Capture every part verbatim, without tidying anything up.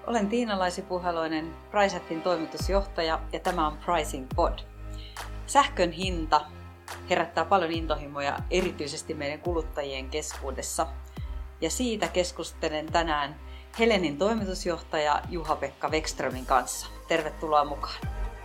Olen Tiina Laisi-Puheloinen, Pricehatin toimitusjohtaja ja tämä on Pricing Pod. Sähkön hinta herättää paljon intohimoja erityisesti meidän kuluttajien keskuudessa. Ja siitä keskustelen tänään Helenin toimitusjohtaja Juha-Pekka Wexströmin kanssa. Tervetuloa mukaan.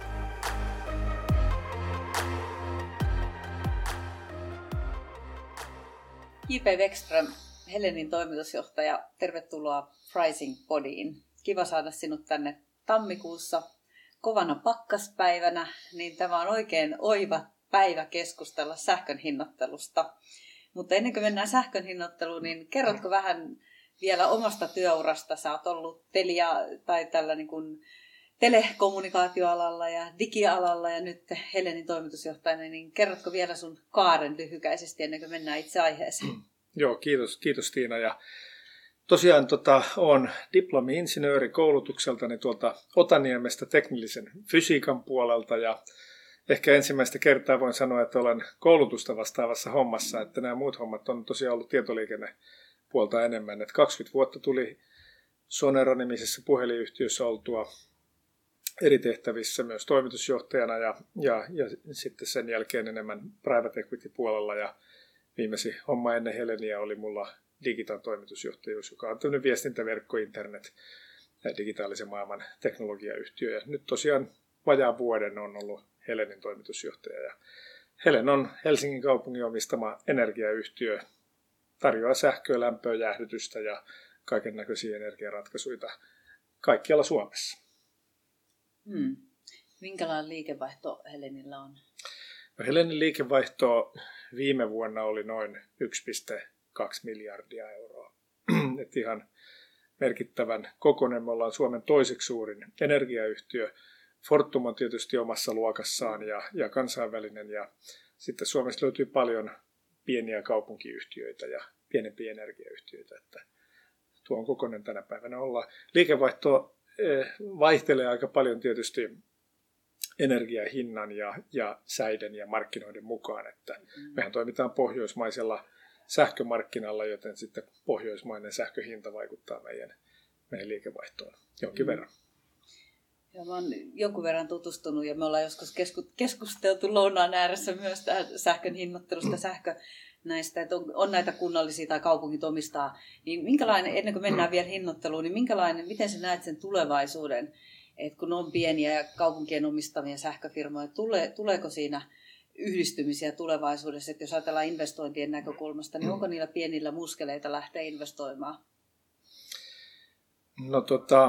J P Wexström, Helenin toimitusjohtaja, tervetuloa Pricing Podiin. Kiva saada sinut tänne tammikuussa kovana pakkaspäivänä, niin tämä on oikein oiva päivä keskustella sähkön hinnoittelusta. Mutta ennen kuin mennään sähkön hinnoitteluun, niin kerrotko vähän vielä omasta työurasta? Sä oot ollut telia tai tällä niin kuin telekommunikaatioalalla ja digialalla ja nyt Helenin toimitusjohtajana, niin kerrotko vielä sun kaaren lyhykäisesti ennen kuin mennään itse aiheeseen? Joo, kiitos, kiitos Tiina. Ja tosiaan tota, olen diplomi-insinööri koulutukseltani tuolta Otaniemestä teknillisen fysiikan puolelta ja ehkä ensimmäistä kertaa voin sanoa, että olen koulutusta vastaavassa hommassa, että nämä muut hommat on tosiaan ollut tietoliikennepuolta enemmän. Että kaksikymmentä vuotta tuli Sonera-nimisessä puhelinyhtiössä oltua eri tehtävissä myös toimitusjohtajana ja, ja, ja sitten sen jälkeen enemmän private equity puolella ja viimeisin homma ennen Heleniä oli mulla Digitan toimitusjohtajuus, joka on tämmöinen viestintäverkko, internet ja digitaalisen maailman teknologiayhtiö. Ja nyt tosiaan vajaan vuoden on ollut Helenin toimitusjohtaja. Ja Helen on Helsingin kaupungin omistama energiayhtiö, tarjoaa sähköä, lämpöä, jäähdytystä ja kaiken näköisiä energiaratkaisuja kaikkialla Suomessa. Hmm. Minkälainen liikevaihto Helenillä on? No Helenin liikevaihto viime vuonna oli noin yksi pilkku kaksi miljardia euroa. Et ihan merkittävän kokoinen. Me ollaan Suomen toiseksi suurin energiayhtiö. Fortum on tietysti omassa luokassaan ja, ja kansainvälinen. Ja sitten Suomessa löytyy paljon pieniä kaupunkiyhtiöitä ja pienempiä energiayhtiöitä. Että tuo on kokoinen tänä päivänä olla. Liikevaihto eh, vaihtelee aika paljon tietysti energiahinnan ja, ja säiden ja markkinoiden mukaan. Että mehän toimitaan pohjoismaisella sähkömarkkinalla, joten sitten pohjoismainen sähköhinta vaikuttaa meidän, meidän liikevaihtoon jonkin mm. verran. Ja mä oon jonkun verran tutustunut ja me ollaan joskus keskusteltu lounaan ääressä myös sähkön hinnoittelusta, sähkö näistä, että on, on näitä kunnallisia tai kaupungit omistaa. Niin minkälainen, ennen kuin mennään vielä hinnoitteluun, niin minkälainen, miten sä näet sen tulevaisuuden, että kun on pieniä ja kaupunkien omistamia sähköfirmoja, tule, tuleeko siinä yhdistymisiä tulevaisuudessa, että jos ajatellaan investointien näkökulmasta, niin onko niillä pienillä muskeleita lähteä investoimaan? No tota,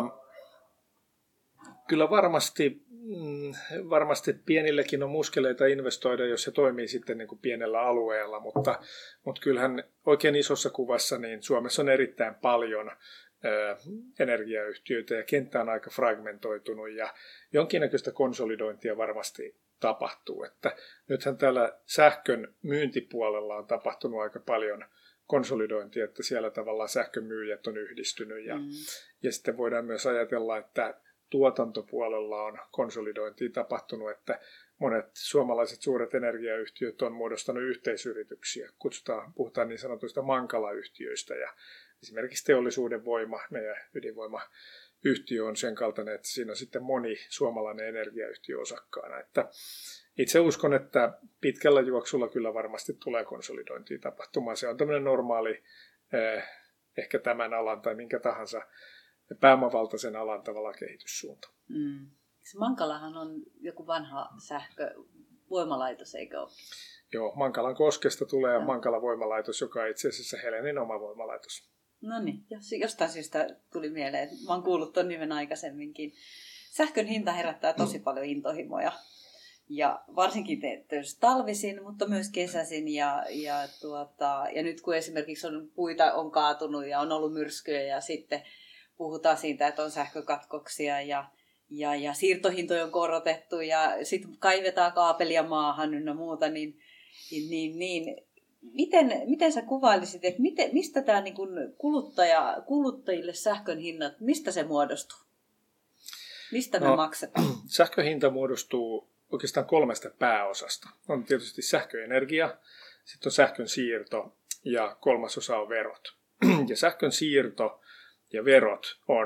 kyllä varmasti, varmasti pienilläkin on muskeleita investoida, jos se toimii sitten niin kuin pienellä alueella, mutta, mutta kyllähän oikein isossa kuvassa niin Suomessa on erittäin paljon energiayhtiöitä ja kenttä on aika fragmentoitunut ja jonkinnäköistä konsolidointia varmasti tapahtuu. Että nythän täällä sähkön myyntipuolella on tapahtunut aika paljon konsolidointia, että siellä tavallaan sähkömyyjät on yhdistynyt ja, mm. ja sitten voidaan myös ajatella, että tuotantopuolella on konsolidointia tapahtunut, että monet suomalaiset suuret energiayhtiöt on muodostanut yhteisyrityksiä. Kutsutaan, puhutaan niin sanotuista Mankala-yhtiöistä ja esimerkiksi Teollisuuden Voima, meidän ydinvoimayhtiö on sen kaltainen, että siinä on sitten moni suomalainen energiayhtiö osakkaana. Että itse uskon, että pitkällä juoksulla kyllä varmasti tulee konsolidointia tapahtumaan. Se on tämmöinen normaali, eh, ehkä tämän alan tai minkä tahansa pääomavaltaisen alan tavallaan kehityssuunta. Mm. Mankalahan on joku vanha sähkövoimalaitos, eikö ole? Joo, Mankalan koskesta tulee no. Mankala voimalaitos, joka on itse asiassa Helenin oma voimalaitos. No niin, jostain syystä tuli mieleen. Mä oon kuullut ton nimen aikaisemminkin. Sähkön hinta herättää tosi paljon intohimoja. Ja varsinkin tietysti talvisin, mutta myös kesäisin. Ja, ja, tuota, ja nyt kun esimerkiksi on, puita on kaatunut ja on ollut myrskyjä ja sitten puhutaan siitä, että on sähkökatkoksia ja, ja, ja siirtohintoja on korotettu ja sitten kaivetaan kaapelia maahan ynnä muuta, niin, niin, niin Miten, miten sä kuvailisit, että miten, mistä tämä niin kuin kuluttaja, kuluttajille sähkön hinnat, mistä se muodostuu? Mistä me no, maksetaan? Sähkön hinta muodostuu oikeastaan kolmesta pääosasta. On tietysti sähköenergia, sitten on sähkön siirto ja kolmas osa on verot. Ja sähkön siirto ja verot on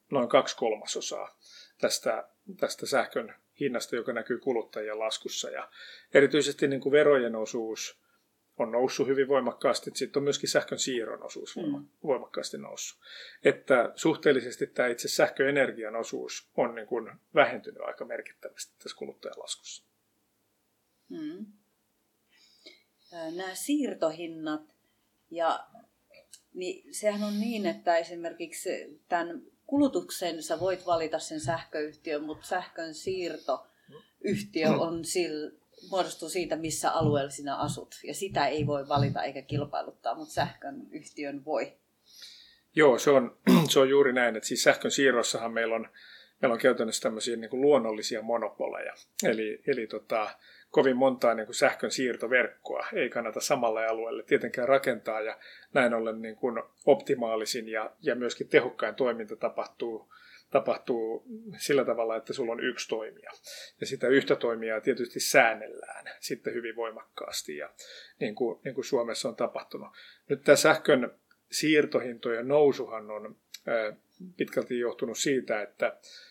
noin kaksi kolmasosaa tästä, tästä sähkön hinnasta, joka näkyy kuluttajien laskussa. Ja erityisesti niin kuin verojen osuus on noussut hyvin voimakkaasti, sitten on myöskin sähkön siirron osuus mm. voimakkaasti noussut. Että suhteellisesti tämä itse sähköenergian osuus on niin kuin vähentynyt aika merkittävästi tässä kuluttajalaskussa. Mm. Nämä siirtohinnat, ja, niin sehän on niin, että esimerkiksi tämän kulutuksen sä voit valita sen sähköyhtiön, mutta sähkön siirtoyhtiö on sillä, muodostuu siitä, missä alueella sinä asut. Ja sitä ei voi valita eikä kilpailuttaa, mutta sähkön yhtiön voi. Joo, se on, se on juuri näin. Että siis sähkön siirrossahan meillä on, meillä on käytännössä tämmöisiä niin kuin luonnollisia monopoleja. Eli, eli tota, kovin montaa niin kuin sähkön siirtoverkkoa ei kannata samalle alueelle tietenkään rakentaa. Ja näin ollen niin kuin optimaalisin ja, ja myöskin tehokkain toiminta tapahtuu tapahtuu sillä tavalla, että sulla on yksi toimija. Ja sitä yhtä toimijaa tietysti säännellään sitten hyvin voimakkaasti, ja niin kuin, niin kuin Suomessa on tapahtunut. Nyt tämä sähkön siirtohintojen nousuhan on ää, pitkälti johtunut siitä, että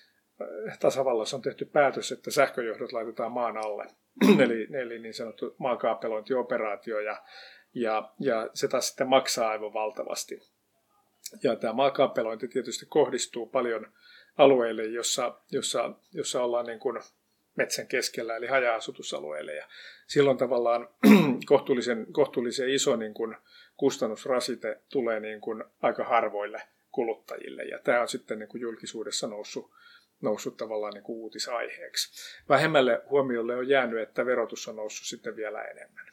ää, tasavallassa on tehty päätös, että sähköjohdot laitetaan maan alle. eli, eli niin sanottu maakaapelointioperaatio, ja, ja, ja se taas sitten maksaa aivan valtavasti. Ja tämä maakaapelointi tietysti kohdistuu paljon alueille, jossa, jossa, jossa ollaan niin kuin metsän keskellä, eli haja-asutusalueille. Ja silloin tavallaan kohtuullisen, kohtuullisen iso niin kuin kustannusrasite tulee niin kuin aika harvoille kuluttajille. Ja tämä on sitten niin kuin julkisuudessa noussut, noussut tavallaan niin kuin uutisaiheeksi. Vähemmälle huomiolle on jäänyt, että verotus on noussut sitten vielä enemmän.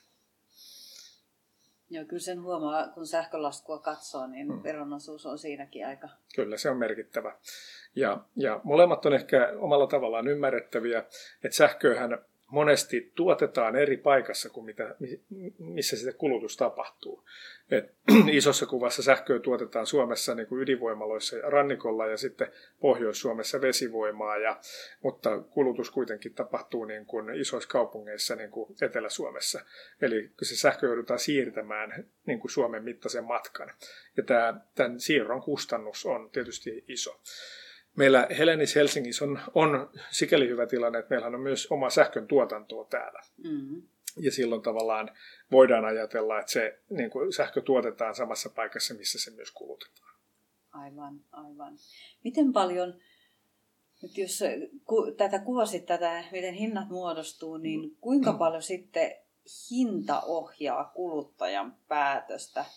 Joo, kyllä sen huomaa, kun sähkölaskua katsoo, niin hmm. veronosuus on siinäkin aika... Kyllä, se on merkittävä. Ja, ja molemmat on ehkä omalla tavallaan ymmärrettäviä, että sähköähän monesti tuotetaan eri paikassa kuin mitä, missä sitä kulutus tapahtuu. Et isossa kuvassa sähköä tuotetaan Suomessa niin kuin ydinvoimaloissa ja rannikolla, ja sitten Pohjois-Suomessa vesivoimaa, ja, mutta kulutus kuitenkin tapahtuu niin kuin isoissa kaupungeissa niin kuin Etelä-Suomessa. Eli se sähkö joudutaan siirtämään niin kuin Suomen mittaisen matkan. Ja tämä, tämän siirron kustannus on tietysti iso. Meillä Helenis Helsingissä on, on sikäli hyvä tilanne, että meillä on myös oma sähkön tuotantoa täällä. Mm-hmm. Ja silloin tavallaan voidaan ajatella, että se niin kuin sähkö tuotetaan samassa paikassa, missä se myös kulutetaan. Aivan, aivan. Miten paljon, nyt jos ku, tätä kuvasit, tätä, miten hinnat muodostuu, niin kuinka mm. paljon sitten hinta ohjaa kuluttajan päätöstä äh,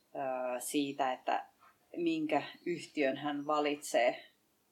siitä, että minkä yhtiön hän valitsee?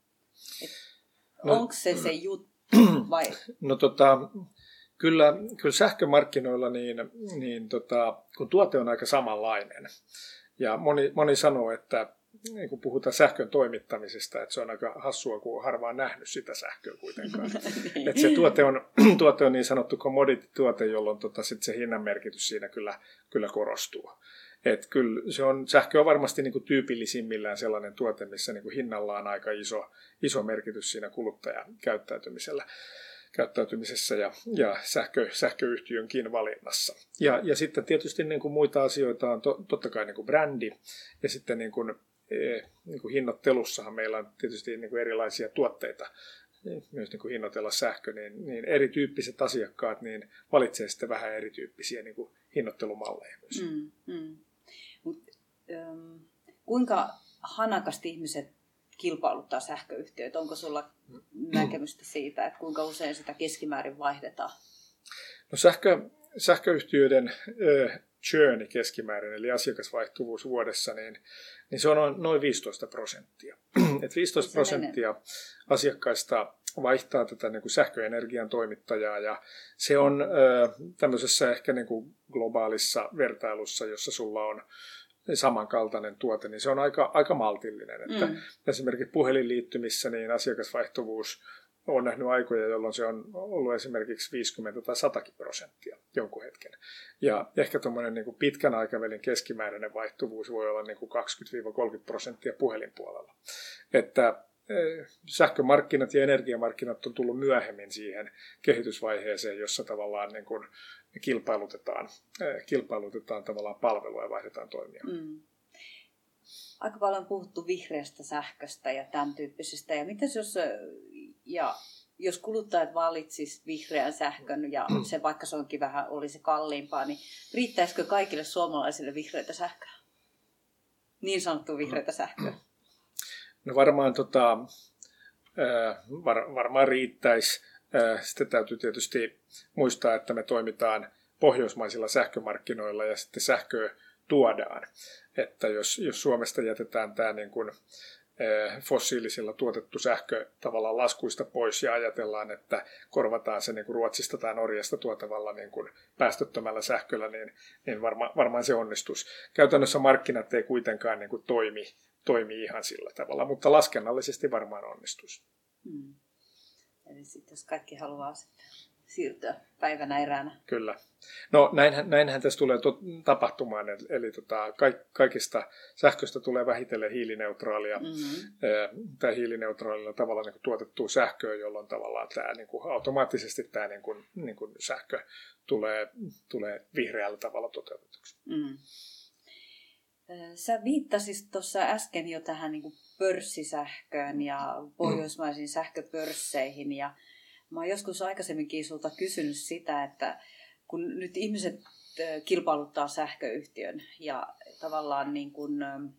No, onko se se juttu vai? No tota, kyllä, kyllä sähkömarkkinoilla niin, niin tota, kun tuote on aika samanlainen, ja moni, moni sanoo, että niin kun puhutaan sähkön toimittamisesta, että se on aika hassua, kun on harvaan nähnyt sitä sähköä kuitenkaan. niin. Että se tuote on, tuote on niin sanottu commodity-tuote, jolloin tota, sit se hinnan merkitys siinä kyllä, kyllä korostuu. Että kyllä se on, sähkö on varmasti niin kuin tyypillisimmillään sellainen tuote, missä niin kuin hinnalla on aika iso, iso merkitys siinä kuluttajan käyttäytymisellä, käyttäytymisessä ja, ja sähkö, sähköyhtiönkin valinnassa. Ja, ja sitten tietysti niin kuin muita asioita on to, totta kai niin kuin brändi, ja sitten niin kuin, eh, niin kuin hinnoittelussahan meillä on tietysti niin kuin erilaisia tuotteita, myös niin kuin hinnoitella sähkö, niin, niin erityyppiset asiakkaat niin valitsee sitten vähän erityyppisiä niin kuin hinnoittelumalleja myös. Mm, mm. Mut, ähm, kuinka hanakasti ihmiset kilpailuttaa sähköyhtiöitä? Onko sulla näkemystä siitä, että kuinka usein sitä keskimäärin vaihdetaan? No sähkö, sähköyhtiöiden äh, churn keskimäärin, eli asiakasvaihtuvuus vuodessa, niin, niin se on noin viisitoista prosenttia. Et viisitoista prosenttia asiakkaista vaihtaa tätä niin kuin sähköenergian toimittajaa, ja se on äh, tämmöisessä ehkä niin kuin globaalissa vertailussa, jossa sulla on samankaltainen tuote, niin se on aika, aika maltillinen. Että mm. esimerkiksi puhelinliittymissä niin asiakasvaihtuvuus on nähnyt aikoja, jolloin se on ollut esimerkiksi viisikymmentä tai sata prosenttia jonkun hetken. Ja ehkä tuommoinen niin kuin pitkän aikavälin keskimääräinen vaihtuvuus voi olla niin kuin kaksikymmentä kolmekymmentä prosenttia puhelinpuolella. Että sähkömarkkinat ja energiamarkkinat on tullut myöhemmin siihen kehitysvaiheeseen, jossa tavallaan niin kuin kilpailutetaan, kilpailutetaan tavallaan palvelua ja vaihdetaan toimia. Mm. aika paljon puhuttu vihreästä sähköstä ja tämän tyyppisestä. Ja mitäs jos, ja jos kuluttajat valitsis vihreän sähkön ja se vaikka se onkin vähän olisi kalliimpaa, niin riittäisikö kaikille suomalaisille vihreätä sähköä? Niin sanottu vihreätä sähköä. No varmaan, tota, var, varmaan riittäisi. Sitten täytyy tietysti muistaa, että me toimitaan pohjoismaisilla sähkömarkkinoilla ja sitten sähköä tuodaan. Että jos, jos Suomesta jätetään tämä niin kuin fossiilisilla tuotettu sähkö tavallaan laskuista pois ja ajatellaan, että korvataan se niin kuin Ruotsista tai Norjasta tuotavalla niin kuin päästöttömällä sähköllä, niin, niin varma, varmaan se onnistus. Käytännössä markkinat ei kuitenkaan niin kuin toimi, toimi ihan sillä tavalla, mutta laskennallisesti varmaan onnistus. Hmm. Eli sitten jos kaikki haluaa sitten siirtyä päivänä eräänä. Kyllä. No näinhän, näinhän tässä tulee to, tapahtumaan, eli, eli tota, ka, kaikista sähköstä tulee vähitellen hiilineutraalia mm-hmm. tai hiilineutraalilla tavalla niin kuin tuotettua sähköä, jolloin tavallaan tämä, niin kuin, automaattisesti tämä niin kuin, niin kuin sähkö tulee, tulee vihreällä tavalla toteutetuksi. Mm. Sä viittasit tuossa äsken jo tähän niin kuin pörssisähköön ja pohjoismaisiin mm. sähköpörsseihin ja mä oon joskus aikaisemminkin sulta kysynyt sitä, että kun nyt ihmiset kilpailuttaa sähköyhtiön ja tavallaan niin kun,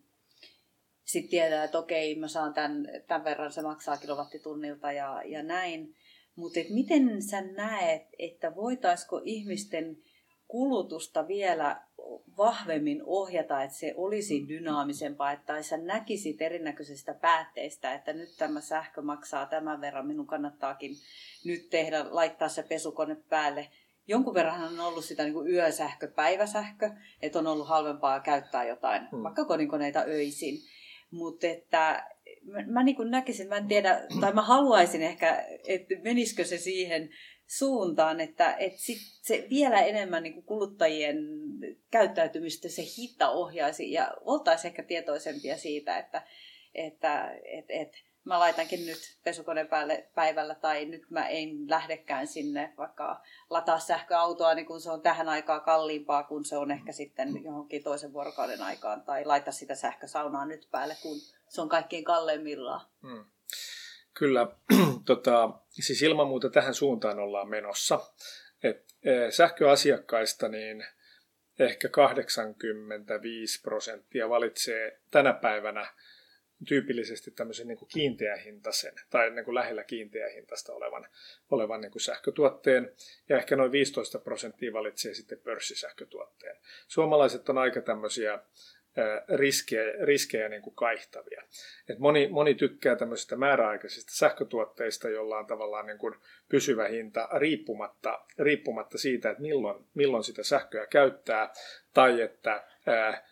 sit tietää, että okei, mä saan tämän, tämän verran, se maksaa kilowattitunnilta ja, ja näin. Mutta miten sä näet, että voitaisiko ihmisten kulutusta vielä vahvemmin ohjata, että se olisi dynaamisempaa, että sä näkisit erinäköisistä päätteistä, että nyt tämä sähkö maksaa tämän verran, minun kannattaakin nyt tehdä, laittaa se pesukone päälle. Jonkun verran on ollut sitä niin kuin yösähkö, päiväsähkö, että on ollut halvempaa käyttää jotain, hmm. vaikka kodinkoneita öisin. Mutta että mä, mä niin kuin näkisin, mä en tiedä, tai mä haluaisin ehkä, että menisikö se siihen suuntaan, että, että sit se vielä enemmän niin kuin kuluttajien käyttäytymistä se hinta ohjaisi ja oltaisiin ehkä tietoisempia siitä, että, että et, et, mä laitankin nyt pesukoneen päälle päivällä tai nyt mä en lähdekään sinne vaikka lataa sähköautoa, niin kun se on tähän aikaan kalliimpaa, kun se on ehkä sitten johonkin toisen vuorokauden aikaan tai laita sitä sähkösaunaa nyt päälle, kun se on kaikkein kalleimmillaan. Hmm. Kyllä, tota, siis ilman muuta tähän suuntaan ollaan menossa. Et, e, sähköasiakkaista niin ehkä kahdeksankymmentäviisi prosenttia valitsee tänä päivänä tyypillisesti tämmöisen niin kuin kiinteähintaisen tai niin kuin lähellä kiinteähintasta olevan, olevan niin kuin sähkötuotteen ja ehkä noin viisitoista prosenttia valitsee sitten pörssisähkötuotteen. Suomalaiset on aika tämmöisiä riskejä, riskejä niin kuin kaihtavia. Et moni, moni tykkää tämmöisistä määräaikaisista sähkötuotteista, jolla on tavallaan niin kuin pysyvä hinta riippumatta, riippumatta siitä, että milloin, milloin sitä sähköä käyttää tai että ää,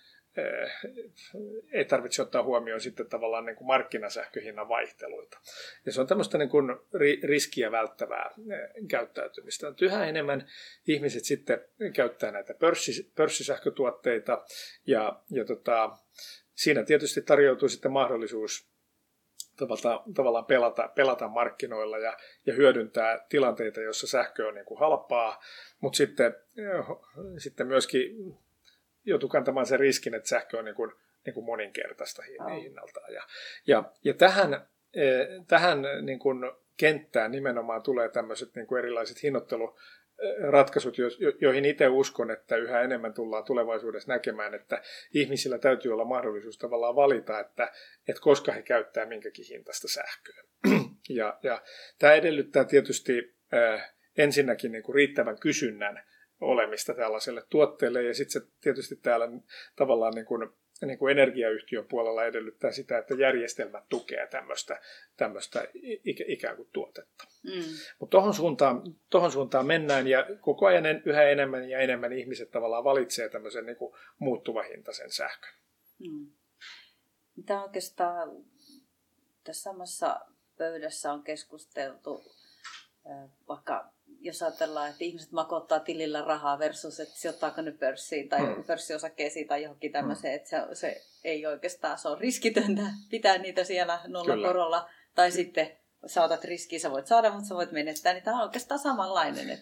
ei tarvitse ottaa huomioon sitten tavallaan niin kuin markkinasähköhinnan vaihteluita. Ja se on tämmöistä niin kuin riskiä välttävää käyttäytymistä. Yhä enemmän ihmiset sitten käyttää näitä pörssi, pörssisähkötuotteita ja, ja tota, siinä tietysti tarjoutuu sitten mahdollisuus tavallaan pelata, pelata markkinoilla ja, ja hyödyntää tilanteita, joissa sähkö on niin kuin halpaa, mutta sitten, sitten myöskin joutuu kantamaan sen riskin, että sähkö on niin kuin, niin kuin moninkertaista hinnaltaan. Ja, ja, ja tähän, tähän niin kuin kenttään nimenomaan tulee tämmöiset niin kuin erilaiset hinnoitteluratkaisut, joihin itse uskon, että yhä enemmän tullaan tulevaisuudessa näkemään, että ihmisillä täytyy olla mahdollisuus tavallaan valita, että, että koska he käyttää minkäkin hintaista sähköä. Ja, ja tämä edellyttää tietysti äh, ensinnäkin niin kuin riittävän kysynnän olemista tällaiselle tuotteelle, ja sitten se tietysti täällä tavallaan niin kuin, niin kuin energiayhtiön puolella edellyttää sitä, että järjestelmät tukee tämmöistä, tämmöistä ikään kuin tuotetta. Mm. Mutta tuohon suuntaan, tohon suuntaan mennään, ja koko ajan yhä enemmän ja enemmän ihmiset tavallaan valitsee tämmöisen niin kuin muuttuvahintaisen sähkön. Mm. Mitä oikeastaan tässä samassa pöydässä on keskusteltu, vaikka jos ajatellaan, että ihmiset makottaa tilillä rahaa versus, että sijoittaako ne pörssiin tai mm. pörssiosakkeisiin tai johonkin tämmöiseen, että se, se ei oikeastaan, se on riskitöntä pitää niitä siellä nollakorolla. Tai sitten sä otat riskiä, sä voit saada, mutta sä voit menettää, niin tämä on oikeastaan samanlainen. Että...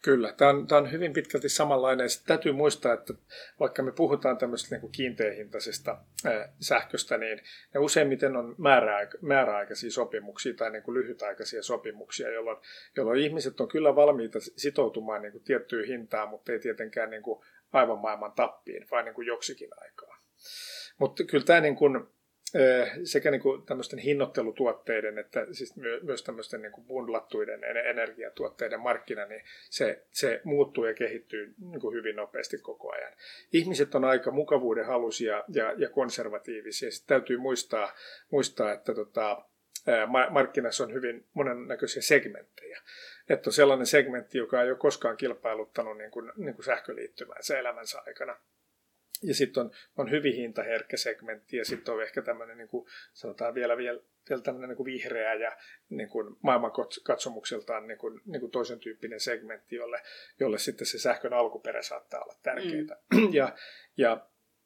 Kyllä, tämä on, tämä on hyvin pitkälti samanlainen. Sitten täytyy muistaa, että vaikka me puhutaan tämmöistä niin kuin kiinteähintaisesta ää, sähköstä, niin ne useimmiten on määräaika, määräaikaisia sopimuksia tai niin kuin lyhytaikaisia sopimuksia, jolloin, jolloin ihmiset on kyllä valmiita sitoutumaan niin kuin tiettyyn hintaan, mutta ei tietenkään niin kuin aivan maailman tappiin, vaan niin kuin joksikin aikaa. Mutta kyllä tämä niin kuin, sekä niin kuin tämmöisten hinnoittelutuotteiden että siis myös tämmöisten niin kuin bundlattuiden energiatuotteiden markkina, niin se, se muuttuu ja kehittyy niin kuin hyvin nopeasti koko ajan. Ihmiset on aika mukavuuden halusia ja, ja konservatiivisia. Sitten täytyy muistaa, muistaa että tota, markkinassa on hyvin monennäköisiä segmenttejä. Että on sellainen segmentti, joka ei ole koskaan kilpailuttanut niin kuin, niin kuin sähköliittymäänsä elämänsä aikana. Ja sitten on, on hyvin hintaherkkä segmentti ja sitten on ehkä tämmöinen, niin kuin sanotaan vielä, vielä, vielä tämmöinen niin kuin vihreä ja niin kuin maailmankatsomukseltaan niin kuin, niin kuin toisen tyyppinen segmentti, jolle, jolle sitten se sähkön alkuperä saattaa olla tärkeää. Mm. Ja, ja,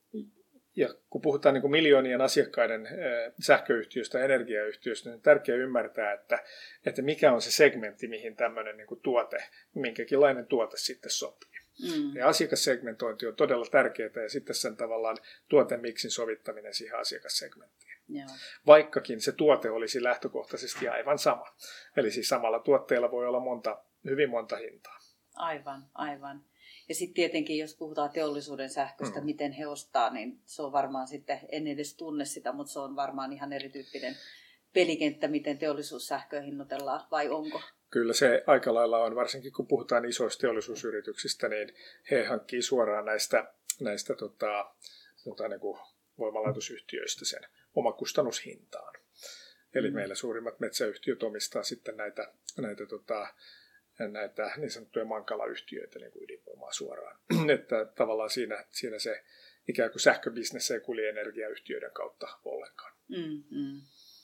ja kun puhutaan niin kuin miljoonien asiakkaiden sähköyhtiöistä ja energiayhtiöistä, niin on tärkeää ymmärtää, että, että mikä on se segmentti, mihin tämmöinen niin kuin tuote, minkäkinlainen tuote sitten sopii. Mm. Ja asiakassegmentointi on todella tärkeää ja sitten sen tavallaan tuotemiksin sovittaminen siihen asiakassegmenttiin. Joo. Vaikkakin se tuote olisi lähtökohtaisesti aivan sama. Eli siis samalla tuotteella voi olla monta, hyvin monta hintaa. Aivan, aivan. Ja sitten tietenkin, jos puhutaan teollisuuden sähköstä, mm. miten he ostaa, niin se on varmaan sitten, en edes tunne sitä, mutta se on varmaan ihan erityyppinen pelikenttä, miten teollisuussähköä hinnoitellaan, vai onko? Kyllä se aika lailla on, varsinkin kun puhutaan isoista teollisuusyrityksistä, niin he hankkii suoraan näistä, näistä tota, tota, niin kuin voimalaitosyhtiöistä sen omakustannushintaan. Eli mm. meillä suurimmat metsäyhtiöt omistaa sitten näitä, näitä, tota, näitä niin sanottuja mankalayhtiöitä, niin kuin ydinvoimaa suoraan. Että tavallaan siinä, siinä se ikään kuin sähköbisnes ei kulje energiayhtiöiden kautta ollenkaan. Mm, mm.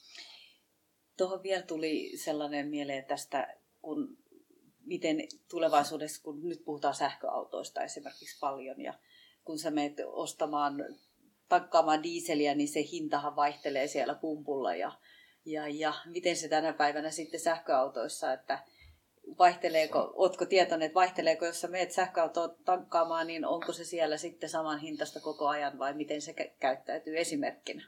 Tuohon vielä tuli sellainen mieleen tästä, kun miten tulevaisuudessa, kun nyt puhutaan sähköautoista esimerkiksi paljon, ja kun sä menet ostamaan, tankkaamaan diiseliä, niin se hintahan vaihtelee siellä pumpulla, ja, ja, ja miten se tänä päivänä sitten sähköautoissa, että vaihteleeko, ootko tietoinen, että vaihteleeko, jos sä menet sähköautoa tankkaamaan, niin onko se siellä sitten saman hintaista koko ajan, vai miten se käyttäytyy esimerkkinä?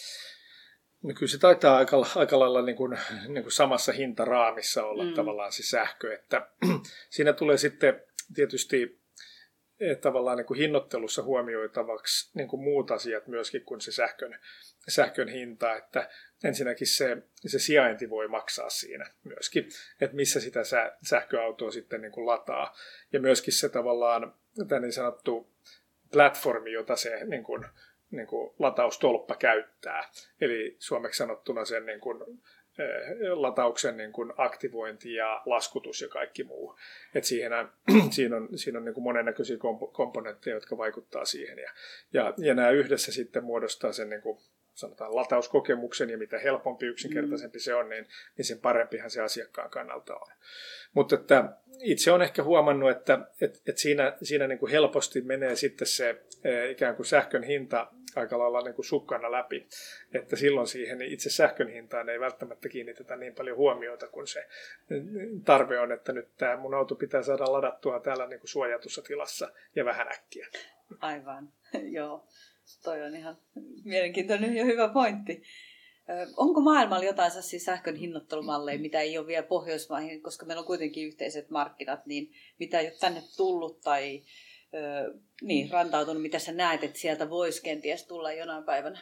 No kyllä se taitaa aika, aika lailla niin kuin, niin kuin samassa hintaraamissa olla mm. tavallaan se sähkö, että siinä tulee sitten tietysti tavallaan niin kuin hinnoittelussa huomioitavaksi niin kuin muut asiat myöskin kuin se sähkön, sähkön hinta, että ensinnäkin se, se sijainti voi maksaa siinä myöskin, että missä sitä sähköautoa sitten niin kuin lataa, ja myöskin se tavallaan tämä niin sanottu platformi, jota se niin kuin, niin kuin lataustolppa käyttää. Eli suomeksi sanottuna sen niin kuin, eh, latauksen niin kuin aktivointi ja laskutus ja kaikki muu. Et siinä, siinä on, siinä on niin kuin monennäköisiä komponentteja, jotka vaikuttaa siihen. Ja, ja, ja nämä yhdessä sitten muodostaa sen niin kuin, sanotaan latauskokemuksen, ja mitä helpompi, yksinkertaisempi mm. se on, niin, niin sen parempihan se asiakkaan kannalta on. Mutta että itse olen ehkä huomannut, että, että, että siinä, siinä niin kuin helposti menee sitten se eh, ikään kuin sähkön hinta aika lailla niin kuin sukkana läpi, että silloin siihen itse sähkön hintaan ei välttämättä kiinnitetä niin paljon huomiota, kun se tarve on, että nyt tämä mun auto pitää saada ladattua täällä niin kuin suojatussa tilassa ja vähän äkkiä. Aivan, joo. Toi on ihan mielenkiintoinen ja hyvä pointti. Onko maailmalla jotain siis sähkön hinnoittelumalleja, mitä ei ole vielä Pohjoismaihin, koska meillä on kuitenkin yhteiset markkinat, niin mitä ei ole tänne tullut tai ö, niin, rantautunut, mitä sä näet, että sieltä voisi kenties tulla jonain päivänä?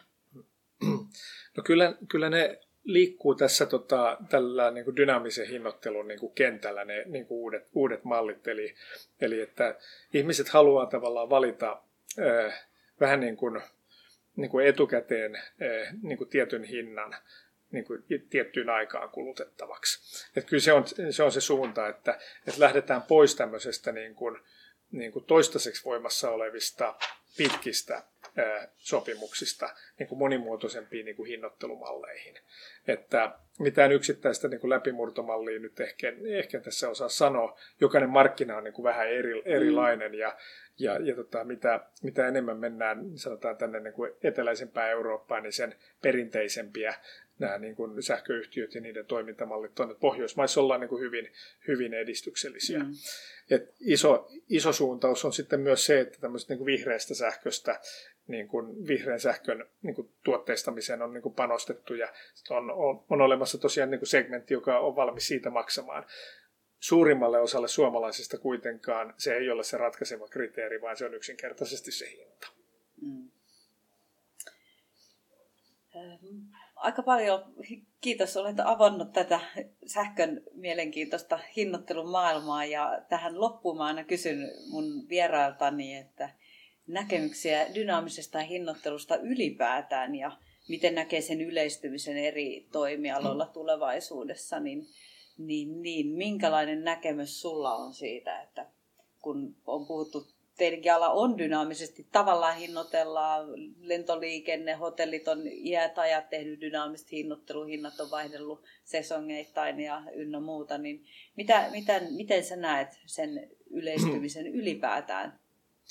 No kyllä, kyllä ne liikkuu tässä tota, tällä niin kuin dynaamisen hinnoittelun niin kuin kentällä ne niin kuin uudet, uudet mallit. Eli, eli että ihmiset haluaa tavallaan valita ö, vähän niin kuin, niin kuin etukäteen niin kuin tietyn hinnan niin kuin tiettyyn aikaan kulutettavaksi. Että kyllä se on, se on se suunta, että, että lähdetään pois tämmöisestä niin kuin, niin kuin toistaiseksi voimassa olevista pitkistä ää, sopimuksista niin kuin monimuotoisempiin niin kuin hinnoittelumalleihin. Että mitään yksittäistä niin kuin läpimurtomallia nyt ehkä, ehkä tässä osaa sanoa. Jokainen markkina on niin kuin vähän eri, erilainen ja Ja, ja tota, mitä, mitä enemmän mennään, sanotaan tänne niin kuin eteläisempään Eurooppaan, niin sen perinteisempiä nämä niin kuin sähköyhtiöt ja niiden toimintamallit on. Pohjoismaissa ollaan niin kuin hyvin, hyvin edistyksellisiä. Mm. Et iso, iso suuntaus on sitten myös se, että tämmöisestä niin kuin vihreästä sähköstä, niin kuin vihreän sähkön niin kuin tuotteistamiseen on niin kuin panostettu ja on, on, on olemassa tosiaan niin kuin segmentti, joka on valmis siitä maksamaan. Suurimmalle osalle suomalaisista kuitenkaan se ei ole se ratkaiseva kriteeri, vaan se on yksinkertaisesti se hinta. Mm. Aika paljon kiitos, olet avannut tätä sähkön mielenkiintoista hinnoittelun maailmaa ja tähän loppuun mä aina kysyn mun vierailtani, että näkemyksiä dynaamisesta hinnoittelusta ylipäätään ja miten näkee sen yleistymisen eri toimialoilla tulevaisuudessa, niin, niin, niin minkälainen näkemys sulla on siitä, että kun on puhuttu, teidänkin ala on dynaamisesti, tavallaan hinnoitellaan, lentoliikenne, hotellit on iät ajat tehnyt dynaamista hinnoittelua, hinnat on vaihdellut sesongeittain ja ynnä muuta, niin mitä, mitä, miten sä näet sen yleistymisen ylipäätään?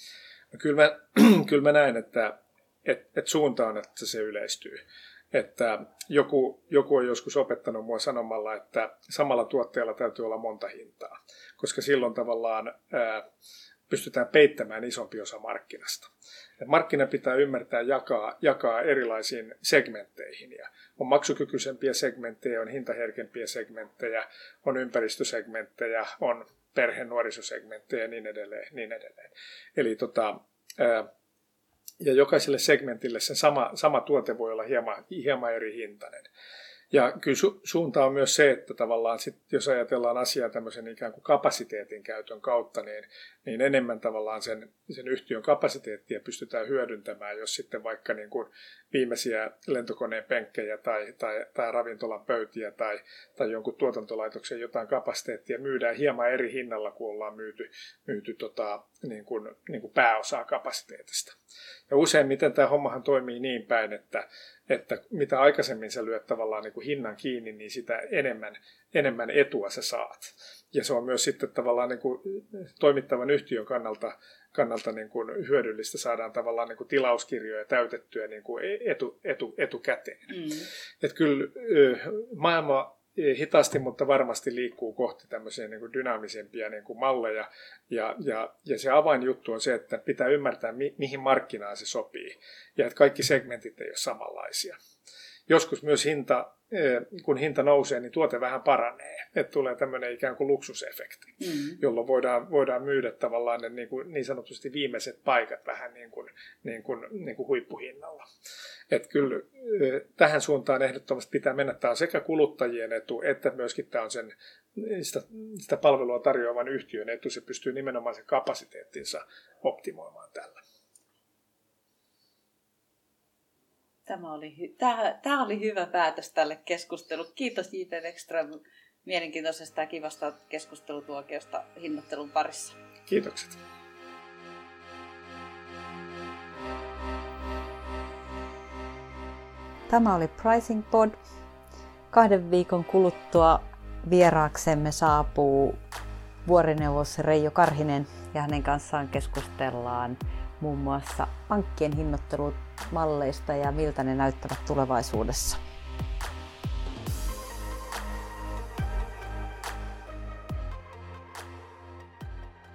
No kyllä, mä, kyllä mä näen, että et, et suunta on, että se yleistyy. Että joku, joku on joskus opettanut mua sanomalla, että samalla tuotteella täytyy olla monta hintaa, koska silloin tavallaan ää, pystytään peittämään isompi osa markkinasta. Et markkina pitää ymmärtää jakaa, jakaa erilaisiin segmentteihin. Ja on maksukykyisempiä segmenttejä, on hintaherkempiä segmenttejä, on ympäristösegmenttejä, on perhe-nuorisosegmenttejä ja niin edelleen. Niin edelleen. Eli tota, ää, ja jokaiselle segmentille sen sama, sama tuote voi olla hieman, hieman eri hintainen. Ja kyllä su- suunta on myös se, että tavallaan sit, jos ajatellaan asiaa tämmöisen ikään kuin kapasiteetin käytön kautta, niin, niin enemmän tavallaan sen, sen yhtiön kapasiteettia pystytään hyödyntämään, jos sitten vaikka niin kuin viimeisiä lentokoneen penkkejä tai, tai, tai ravintolan pöytiä tai, tai jonkun tuotantolaitoksen jotain kapasiteettia myydään hieman eri hinnalla, kuin ollaan myyty, myyty tota, niin kuin, niin kuin pääosaa kapasiteetista. Ja useimmiten tämä hommahan toimii niin päin, että että mitä aikaisemmin sä lyöt tavallaan niin kuin hinnan kiinni, niin sitä enemmän, enemmän etua sä saat. Ja se on myös sitten tavallaan niin kuin toimittavan yhtiön kannalta, kannalta niin kuin hyödyllistä, saadaan tavallaan niin kuin tilauskirjoja täytettyä niin kuin etu, etu, etukäteen. Mm. Että kyllä maailma hitaasti, mutta varmasti liikkuu kohti tämmöisiä niin kuin dynaamisempia niin kuin malleja. Ja, ja, ja se avainjuttu on se, että pitää ymmärtää, mi, mihin markkinaan se sopii. Ja että kaikki segmentit ei ole samanlaisia. Joskus myös hinta, kun hinta nousee, niin tuote vähän paranee. Että tulee tämmöinen ikään kuin luksusefekti, mm-hmm. jolloin voidaan, voidaan myydä tavallaan ne niin, kuin, niin sanotusti viimeiset paikat vähän niin kuin, niin kuin, niin kuin huippuhinnalla. Että kyllä tähän suuntaan ehdottomasti pitää mennä. Tämä on sekä kuluttajien etu, että myöskin tämä on sen, sitä, sitä palvelua tarjoavan yhtiön etu. Se pystyy nimenomaan sen kapasiteettinsa optimoimaan tällä. Tämä oli, hy- tämä, tämä oli hyvä päätös tälle keskustelulle. Kiitos J P Bäckström mielenkiintoisesta ja kivasta keskustelutuokiosta hinnoittelun parissa. Kiitokset. Tämä oli Pricing Pod. Kahden viikon kuluttua vieraaksemme saapuu vuorineuvos Reijo Karhinen ja hänen kanssaan keskustellaan muun muassa pankkien hinnoittelumalleista ja miltä ne näyttävät tulevaisuudessa.